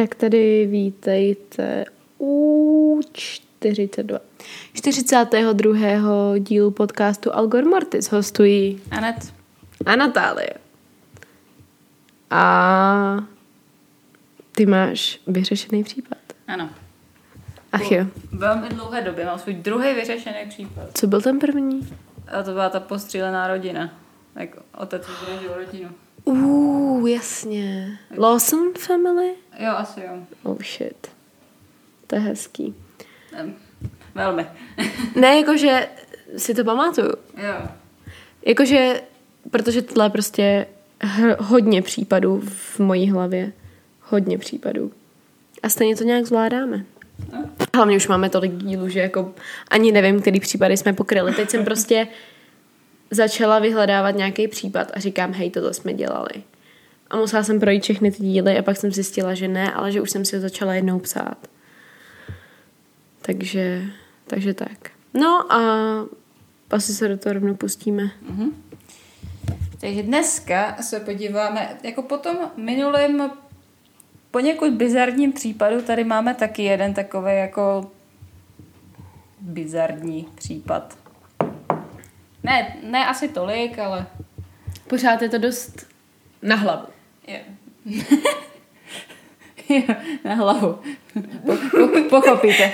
Tak tady vítejte u 42. dílu podcastu Algor Mortis. Hostují Anet a Natálie. A ty máš vyřešený případ. Ano. Ach jo. Velmi dlouhé době mám svůj druhý vyřešený případ. Co byl ten první? A to byla ta postřílená rodina. Tak otec vyřešil rodinu. Jasně. Lawson family? Jo, asi jo. Oh shit. To je hezký. Velmi. Ne, jakože si to pamatuju. Jo. Jakože, protože tohle je prostě hodně případů v mojí hlavě. Hodně případů. A stejně to nějak zvládáme. Hlavně už máme tolik dílů, že jako ani nevím, který případy jsme pokryli. Teď jsem prostě začala vyhledávat nějaký případ a říkám, hej, tohle jsme dělali. A musela jsem projít všechny ty díly a pak jsem zjistila, že ne, ale že už jsem si ho začala jednou psát. Takže tak. No a asi se do toho rovnou pustíme. Mhm. Takže dneska se podíváme, jako po tom minulém poněkud bizarním případu, tady máme taky jeden takový jako bizarní případ. Ne asi tolik, ale... Pořád je to dost na hlavu. Jo. Jo, na hlavu. Pochopíte.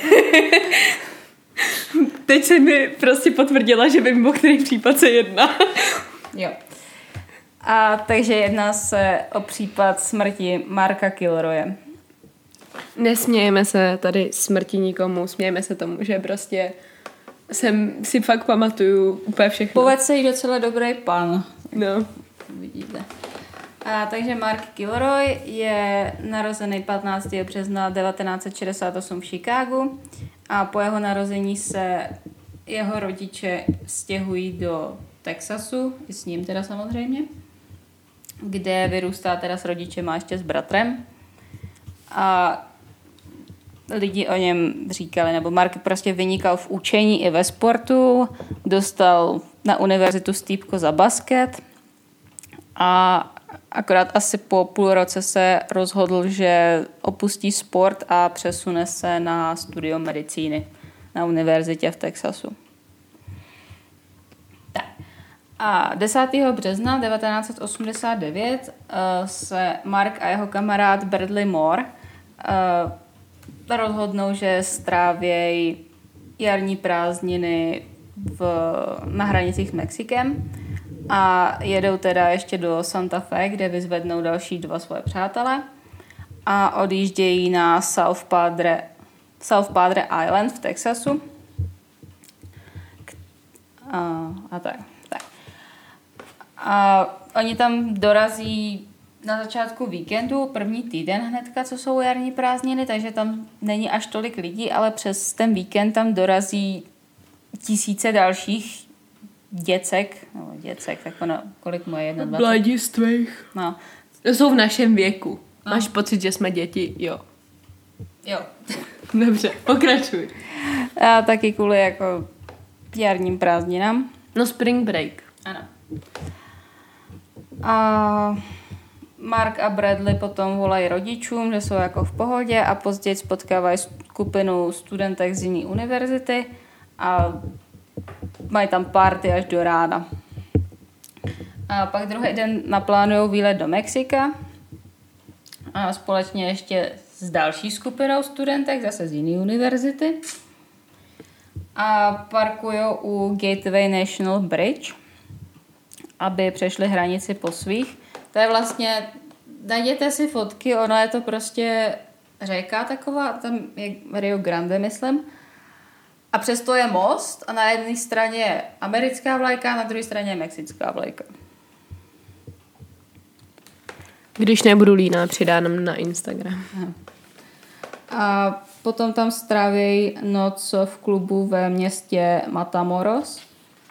Teď se mi prostě potvrdila, že vím, o který případ se jedná. Jo. A takže jedná se o případ smrti Marka Kilroye. Nesmějeme se tady smrti nikomu, smějeme se tomu, že prostě si fakt pamatuju úplně všechno. Povedz se jí docela dobrý pan. No. Vidíte. A takže Mark Kilroy je narozený 15. března 1968 v Chicagu a po jeho narození se jeho rodiče stěhují do Texasu, i s ním teda samozřejmě, kde vyrůstá teda s rodičem a ještě s bratrem. A lidi o něm říkali, nebo Mark prostě vynikal v učení i ve sportu, dostal na univerzitu stýpko za basket a akorát asi po půl roce se rozhodl, že opustí sport a přesune se na studium medicíny na univerzitě v Texasu. Tak. A 10. března 1989 se Mark a jeho kamarád Bradley Moore rozhodnou, že strávějí jarní prázdniny na hranicích s Mexikem a jedou teda ještě do Santa Fe, kde vyzvednou další dva svoje přátele a odjíždějí na South Padre Island v Texasu. A tak. A oni tam dorazí na začátku víkendu, první týden hnedka, co jsou jarní prázdniny, takže tam není až tolik lidí, ale přes ten víkend tam dorazí tisíce dalších děcek, tak ono, kolik mu je, 21? Mladistvých. No. Jsou v našem věku. No. Máš pocit, že jsme děti? Jo. Dobře, pokračuj. A taky kvůli jako jarním prázdninám. No spring break. Ano. A Mark a Bradley potom volají rodičům, že jsou jako v pohodě a později spotkávají skupinu studentek z jiné univerzity a mají tam party až do rána. A pak druhý den naplánujou výlet do Mexika a společně ještě s další skupinou studentek, zase z jiné univerzity. A parkujou u Gateway National Bridge, aby přešli hranici po svých. To je vlastně, najděte si fotky, ono je to prostě řeka taková, tam je Rio Grande, myslím. A přesto je most a na jedné straně je americká vlajka a na druhé straně je mexická vlajka. Když nebudu líná, přidám na Instagram. A potom tam strávějí noc v klubu ve městě Matamoros,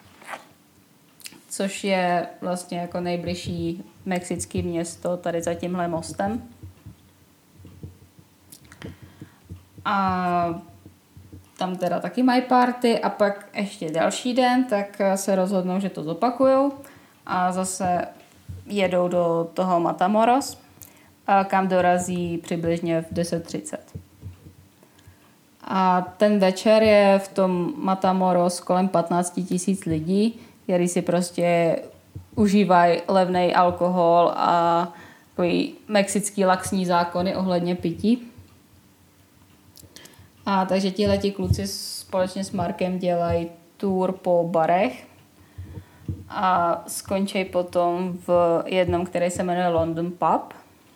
což je vlastně jako nejbližší mexické město tady za tímhle mostem. A tam teda taky mají party a pak ještě další den, tak se rozhodnou, že to zopakujou a zase jedou do toho Matamoros. kam dorazí přibližně v 10:30. A ten večer je v tom Matamoros kolem 15 000 lidí, kteří si prostě užívají levný alkohol a takový mexický laxní zákony ohledně pití. A takže tihleti kluci společně s Markem dělají tour po barech a skončí potom v jednom, který se jmenuje London Pub,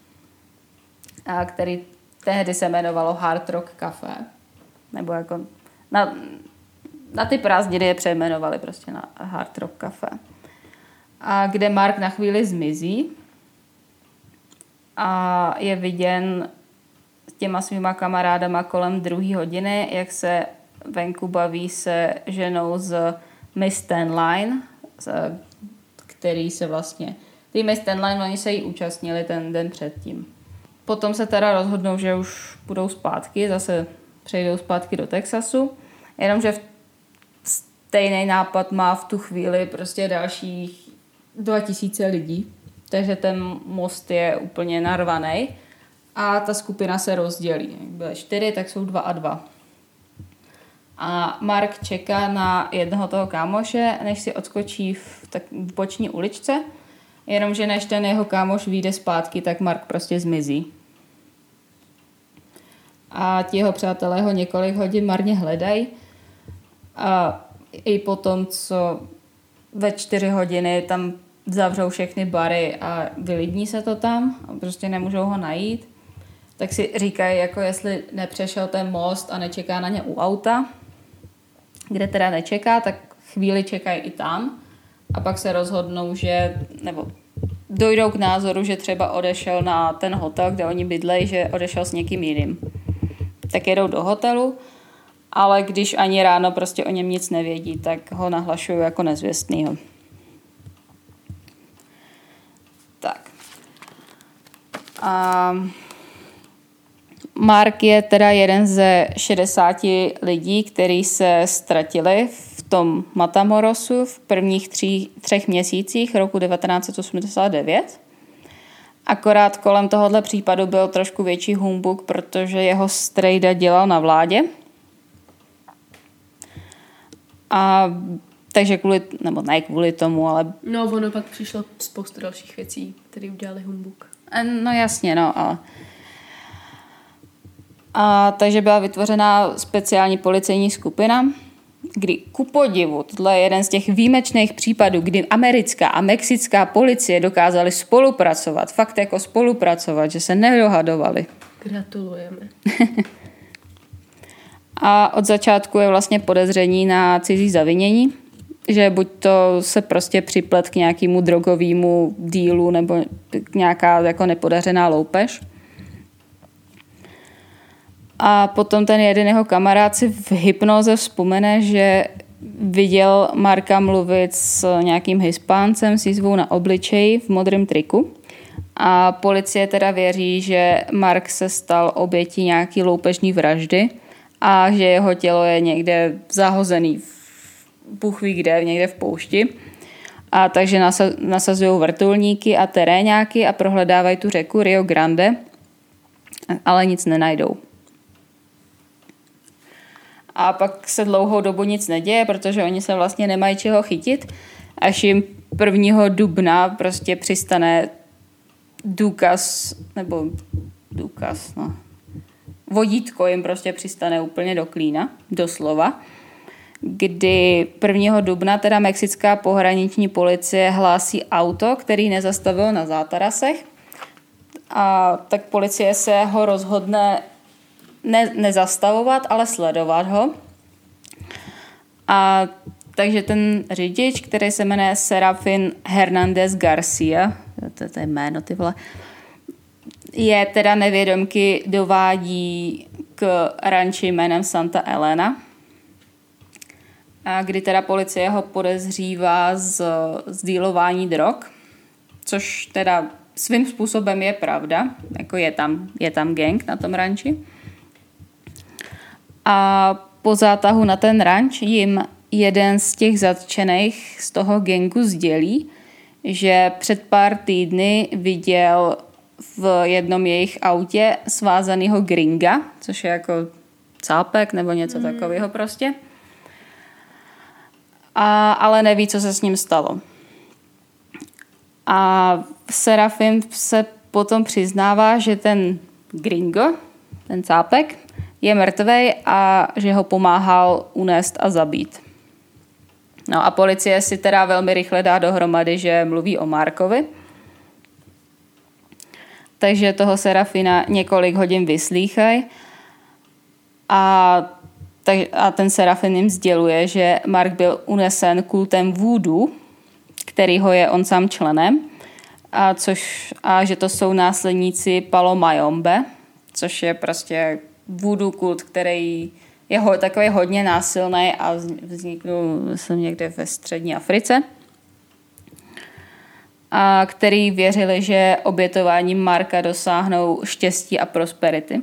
a který tehdy se jmenovalo Hard Rock Café. Nebo jako na ty prázdniny je přejmenovali prostě na Hard Rock Café. A kde Mark na chvíli zmizí a je viděn s těma svýma kamarádama kolem 2:00, jak se venku baví se ženou z Miss Ten Line, který se vlastně... Ty Miss Ten Line, oni se jí účastnili ten den předtím. Potom se teda rozhodnou, že už budou zpátky, zase přejdou zpátky do Texasu, jenomže stejný nápad má v tu chvíli prostě dalších 2000 lidí, takže ten most je úplně narvaný a ta skupina se rozdělí. Jak byly 4, tak jsou 2 a 2. A Mark čeká na jednoho toho kámoše, než si odskočí v boční uličce, jenomže než ten jeho kámoš vyjde zpátky, tak Mark prostě zmizí. A ti jeho přátelé ho několik hodin marně hledají a i potom, co ve 4 hodiny tam zavřou všechny bary a vylidní se to tam a prostě nemůžou ho najít, tak si říkají, jako jestli nepřešel ten most a nečeká na ně u auta, kde teda nečeká, tak chvíli čekají i tam a pak se rozhodnou, že, nebo dojdou k názoru, že třeba odešel na ten hotel, kde oni bydlejí, že odešel s někým jiným. Tak jedou do hotelu, ale když ani ráno prostě o něm nic nevědí, tak ho nahlašují jako nezvěstnýho. Tak. A Mark je teda jeden ze 60 lidí, kteří se ztratili v tom Matamorosu v prvních 3 měsících roku 1989. Akorát kolem tohohle případu byl trošku větší humbuk, protože jeho strejda dělal na vládě. A takže nebo ne kvůli tomu, ale... No, ono pak přišlo spoustu dalších věcí, které udělali humbuk. No jasně, no. A takže byla vytvořena speciální policejní skupina, kdy ku podivu, tohle je jeden z těch výjimečných případů, kdy americká a mexická policie dokázaly spolupracovat, fakt jako spolupracovat, že se nedohadovali. Gratulujeme. A od začátku je vlastně podezření na cizí zavinění, že buď to se prostě připlet k nějakému drogovému dílu nebo nějaká jako nepodařená loupež. A potom ten jeden jeho kamarád si v hypnoze vzpomene, že viděl Marka mluvit s nějakým Hispáncem s jízvou na obličeji v modrém triku. A policie teda věří, že Mark se stal obětí nějaký loupežní vraždy a že jeho tělo je někde zahozený Bůh ví kde, někde v poušti. A takže nasazují vrtulníky a teréňáky a prohledávají tu řeku Rio Grande, ale nic nenajdou. A pak se dlouhou dobu nic neděje, protože oni se vlastně nemají čeho chytit, až jim 1. dubna prostě přistane vodítko jim prostě přistane úplně do klína, doslova, kdy 1. dubna teda mexická pohraniční policie hlásí auto, který nezastavil na zátarasech, a tak policie se ho rozhodne nezastavovat, ale sledovat ho. A takže ten řidič, který se jmenuje Serafin Hernández Garcia, to je jméno, ty vole, je teda nevědomky dovádí k ranči jménem Santa Elena, a kdy teda policie ho podezřívá z dílování drog, což teda svým způsobem je pravda, jako je tam gang na tom ranči. A po zátahu na ten ranč jim jeden z těch zatčených z toho gangu sdělí, že před pár týdny viděl v jednom jejich autě svázanýho gringa, což je jako cápek nebo něco takového prostě. Ale neví, co se s ním stalo. A Serafin se potom přiznává, že ten gringo, ten cápek, je mrtvej a že ho pomáhal unést a zabít. No a policie si teda velmi rychle dá dohromady, že mluví o Markovi. Takže toho Serafina několik hodin vyslýchají a ten Serafin jim sděluje, že Mark byl unesen kultem voodoo, kterýho je on sám členem, a že to jsou následníci Palo Mayombe, což je prostě voodoo kult, který je takový hodně násilný a vzniknul myslím někde ve střední Africe. A který věřili, že obětováním Marka dosáhnou štěstí a prosperity.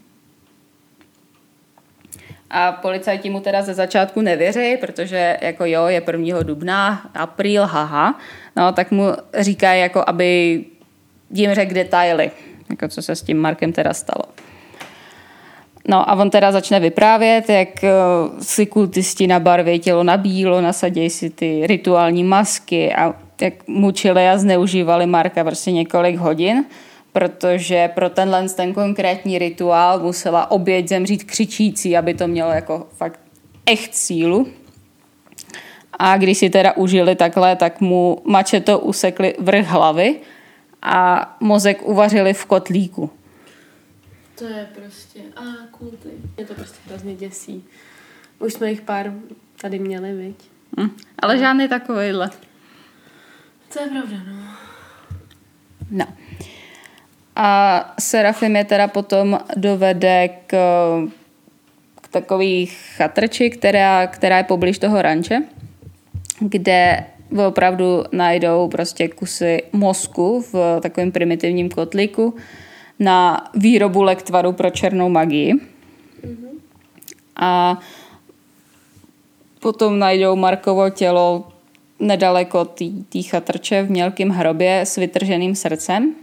A policajti mu teda ze začátku nevěří, protože jako jo, je 1. dubna, apríl, haha. No, tak mu říkají, jako aby jim řekl detaily, jako co se s tím Markem teda stalo. No a on teda začne vyprávět, jak si kultisti nabarví tělo na bílo, nasadějí si ty rituální masky a jak mučili a zneužívali Marka prostě několik hodin, protože pro ten konkrétní rituál musela oběť zemřít křičící, aby to mělo jako fakt echt sílu. A když si teda užili takhle, tak mu mačetou usekli vrch hlavy a mozek uvařili v kotlíku. To je prostě, kulty. Mě to prostě hrozně děsí. Už jsme jich pár tady měli, viď? Ale žádný takovejhle. To je pravda, no. No. A Serafim je teda potom dovede k takový chatrči, která je poblíž toho ranče, kde opravdu najdou prostě kusy mozku v takovém primitivním kotlíku na výrobu lektvaru pro černou magii. Mm-hmm. A potom najdou Markovo tělo nedaleko té chatrče v mělkém hrobě s vytrženým srdcem.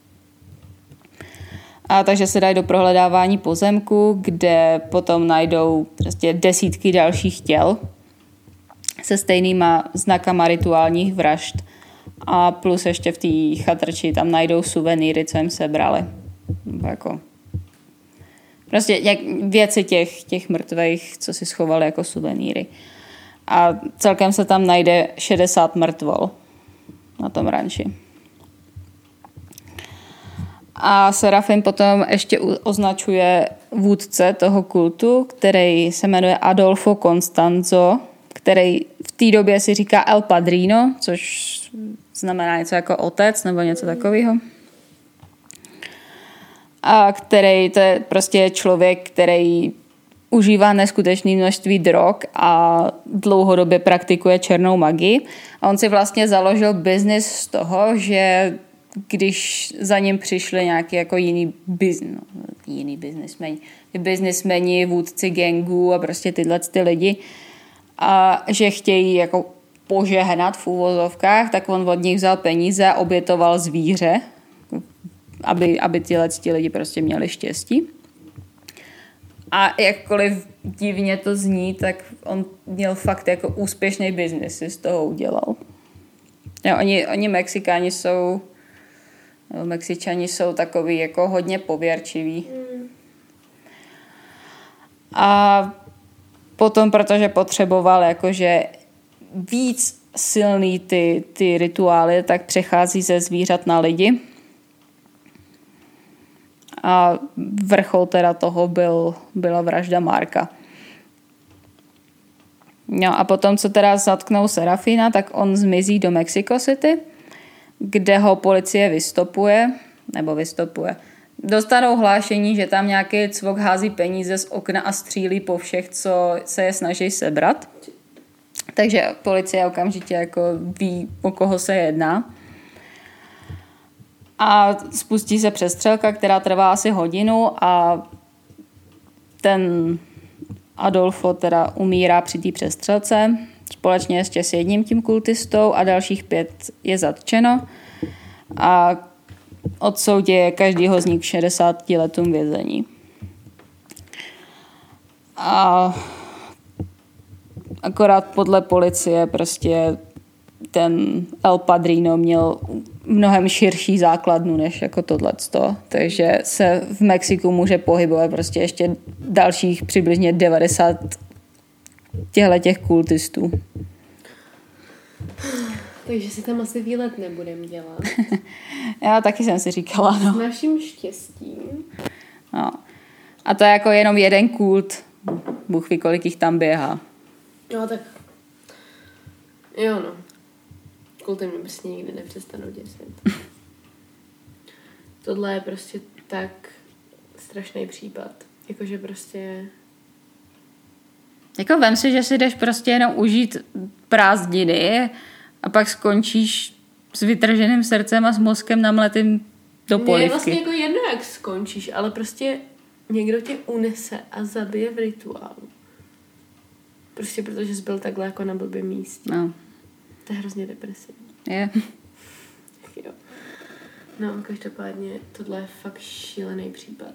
A takže se dají do prohledávání pozemku, kde potom najdou prostě desítky dalších těl se stejnýma znakama rituálních vražd. A plus ještě v té chatrči tam najdou suvenýry, co jim sebrali. Jako prostě věci těch mrtvých, co si schovali jako suvenýry. A celkem se tam najde 60 mrtvol na tom ranči. A Serafin potom ještě označuje vůdce toho kultu, který se jmenuje Adolfo Constanzo, který v té době si říká El Padrino, což znamená něco jako otec nebo něco takového. A který to je prostě člověk, který užívá neskutečné množství drog a dlouhodobě praktikuje černou magii. A on si vlastně založil biznis z toho, že když za ním přišli nějaký jako jiný biznismeni, vůdci gangů a prostě tyhle ty lidi, a že chtějí jako požehnat v úvozovkách, tak on od nich vzal peníze a obětoval zvíře, aby tyhle lidi prostě měli štěstí. A jakkoliv divně to zní, tak on měl fakt jako úspěšný biznis, si z toho udělal. Jo, oni Mexičani jsou takový jako hodně pověrčiví. A potom, protože potřeboval jakože víc silný ty rituály, tak přechází ze zvířat na lidi. A vrchol teda toho byla vražda Marka. No a potom, co teda zatknou Serafina, tak on zmizí do Mexico City, kde ho policie vystopuje. Dostanou hlášení, že tam nějaký cvok hází peníze z okna a střílí po všech, co se je snaží sebrat. Takže policie okamžitě jako ví, o koho se jedná. A spustí se přestřelka, která trvá asi hodinu a ten Adolfo teda umírá při té přestřelce společně ještě s jedním tím kultistou a dalších 5 je zatčeno. A odsoudí každýho z nich k 60 letům vězení. A akorát podle policie prostě ten El Padrino měl mnohem širší základnu než jako tohleto, takže se v Mexiku může pohybovat prostě ještě dalších přibližně 90 těch kultistů. Takže si tam asi výlet nebudem dělat. Já taky jsem si říkala, no. S naším štěstím. No. A to je jako jenom jeden kult. Bůh ví, kolik jich tam běhá. No tak, jo no. Kulty mě prostě nikdy nepřestanou děsit. Tohle je prostě tak strašný případ. Jakože prostě... Jako vem si, že si jdeš prostě jenom užít prázdniny a pak skončíš s vytrženým srdcem a s mozkem namletým do polivky. Je vlastně jako jedno, jak skončíš, ale prostě někdo tě unese a zabije v rituálu. Prostě protože jsi byl takhle jako na blbém místě. No. To je hrozně depresivní. Je. Jo. No, každopádně tohle je fakt šílený případ.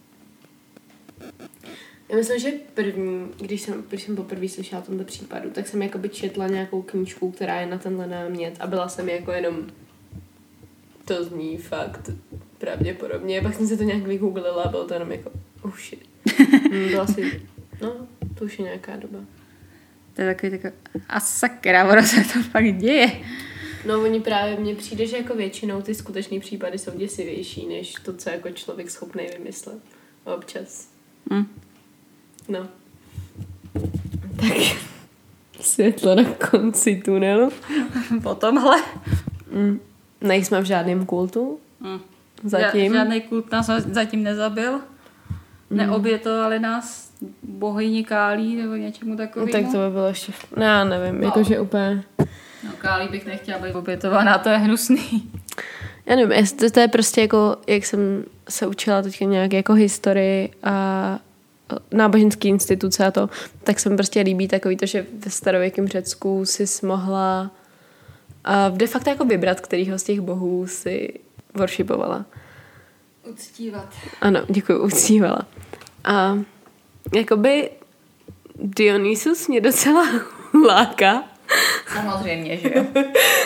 Já myslím, že první, když jsem poprvé slyšela o tomto případu, tak jsem jakoby četla nějakou knížku, která je na tenhle námět a byla jsem jako jenom to zní fakt pravděpodobně. Pak jsem se to nějak vygooglila a bylo to jenom jako shit. Byla si, no, to už je nějaká doba. To je takový a sakra, ono se to fakt děje. No, oni právě mně přijde, že jako většinou ty skutečné případy jsou děsivější, než to, co jako člověk schopný vymyslet. Občas. No. Tak světlo na konci tunelu. Po tomhle. Nejsme v žádném kultu. Zatím. Žádný kult nás zatím nezabil. Neobětovali nás bohyni Kálí nebo něčemu takovému. Tak to by bylo ještě... No, já nevím, no. Jakože úplně... No Kálí bych nechtěla být obětovaná, to je hnusný. Já nevím, to je prostě jako, jak jsem se učila teďka nějak jako historii a náboženský instituce a to, tak se mi prostě líbí takový to, že ve starověkém Řecku si mohla de facto jako vybrat, kterýho z těch bohů si worshipovala. Uctívat. Ano, děkuji, uctívala. A jakoby Dionysus mě docela láká. Samozřejmě, že jo.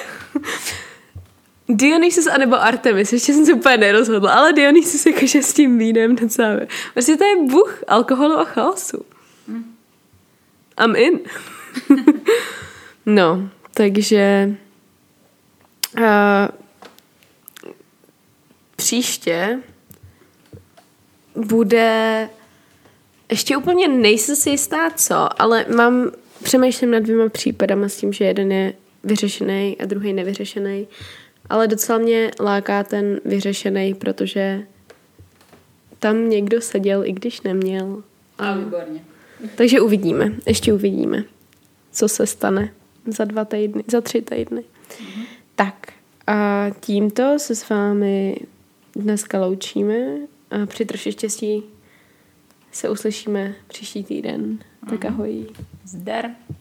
Dionysus anebo Artemis, ještě jsem se úplně nerozhodla, ale Dionysus jakože s tím vínem docela. Prostě to je bůh alkoholu a chaosu. I'm in. No, takže příště bude ještě úplně nejsem si jistá co, ale přemýšlím nad 2 případama s tím, že jeden je vyřešený a druhý nevyřešený. Ale docela mě láká ten vyřešený, protože tam někdo seděl, i když neměl. A výborně. Takže uvidíme, ještě uvidíme, co se stane za 2 týdny, za 3 týdny. Tak a tímto se s vámi dneska loučíme a při troši štěstí se uslyšíme příští týden. Tak ahoj. Zdar.